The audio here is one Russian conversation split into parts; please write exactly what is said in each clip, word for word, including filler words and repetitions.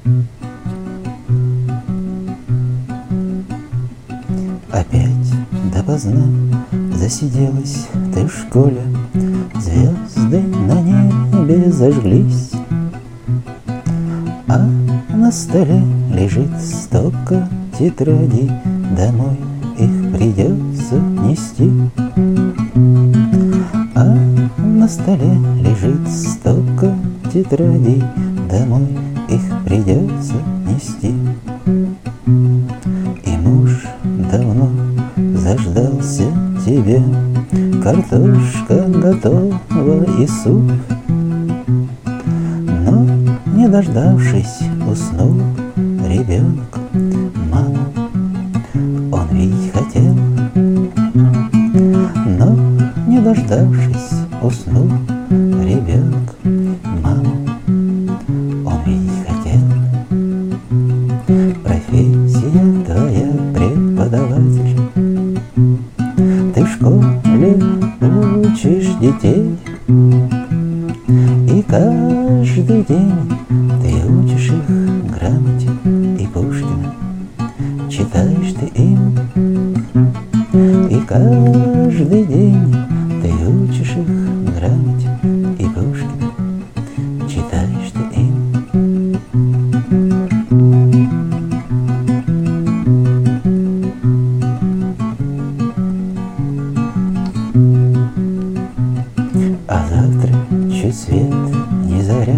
Опять допоздна засиделась ты в школе, звезды на небе зажглись, а на столе лежит стопка тетрадей, домой их придется нести. А на столе лежит стопка тетрадей, домой их придется нести. И муж давно заждался тебя, картошка готова и суп, но, не дождавшись, уснул ребенок. Маму он видеть хотел, но, не дождавшись, уснул ребенок. Маму он видеть хотел. Профессия твоя преподаватель, ты в школе учишь детей, и каждый день ты учишь их грамоте и Пушкина, читаешь ты им. И каждый день ты учишь их грамоте и Пушкина, читаешь ты им. А завтра чуть свет не заря,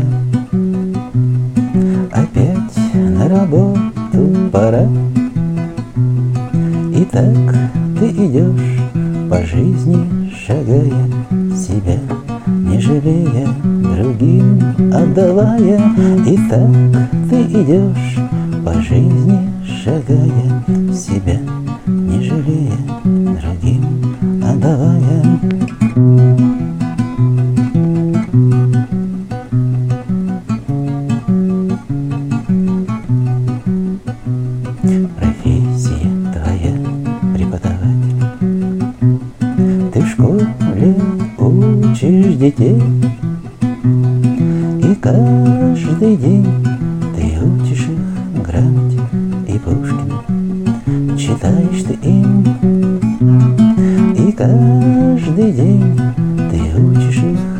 опять на работу пора. И так ты идешь по жизни, шагая, себя не жалея, другим отдавая. И так ты идешь по жизни, шагая, себя не жалея, другим отдавая. Профессия твоя преподаватель, ты в школе учишь детей, и каждый день ты учишь их грамоте и Пушкина, читаешь ты им. И каждый день ты учишь их